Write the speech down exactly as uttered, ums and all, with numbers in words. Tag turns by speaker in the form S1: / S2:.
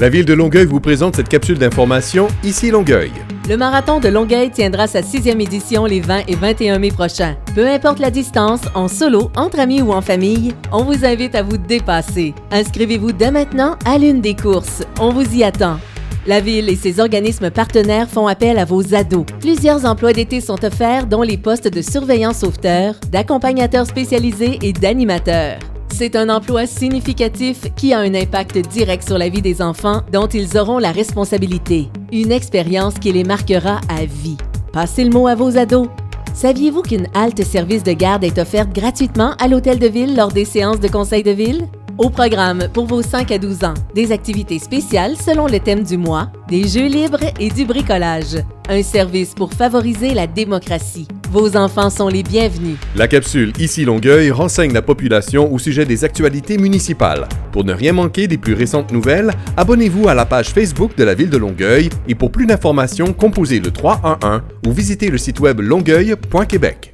S1: La ville de Longueuil vous présente cette capsule d'information Ici Longueuil.
S2: Le marathon de Longueuil tiendra sa sixième édition les vingt et vingt et un mai prochains. Peu importe la distance, en solo, entre amis ou en famille, on vous invite à vous dépasser. Inscrivez-vous dès maintenant à l'une des courses. On vous y attend. La Ville et ses organismes partenaires font appel à vos ados. Plusieurs emplois d'été sont offerts, dont les postes de surveillants sauveteurs, d'accompagnateurs spécialisés et d'animateurs. C'est un emploi significatif qui a un impact direct sur la vie des enfants dont ils auront la responsabilité. Une expérience qui les marquera à vie. Passez le mot à vos ados. Saviez-vous qu'une halte service de garde est offerte gratuitement à l'hôtel de ville lors des séances de conseil de ville? Au programme pour vos cinq à douze ans, des activités spéciales selon le thème du mois, des jeux libres et du bricolage. Un service pour favoriser la démocratie. Vos enfants sont les bienvenus.
S1: La capsule Ici Longueuil renseigne la population au sujet des actualités municipales. Pour ne rien manquer des plus récentes nouvelles, abonnez-vous à la page Facebook de la Ville de Longueuil et pour plus d'informations, composez le trois un un ou visitez le site web longueuil point québec.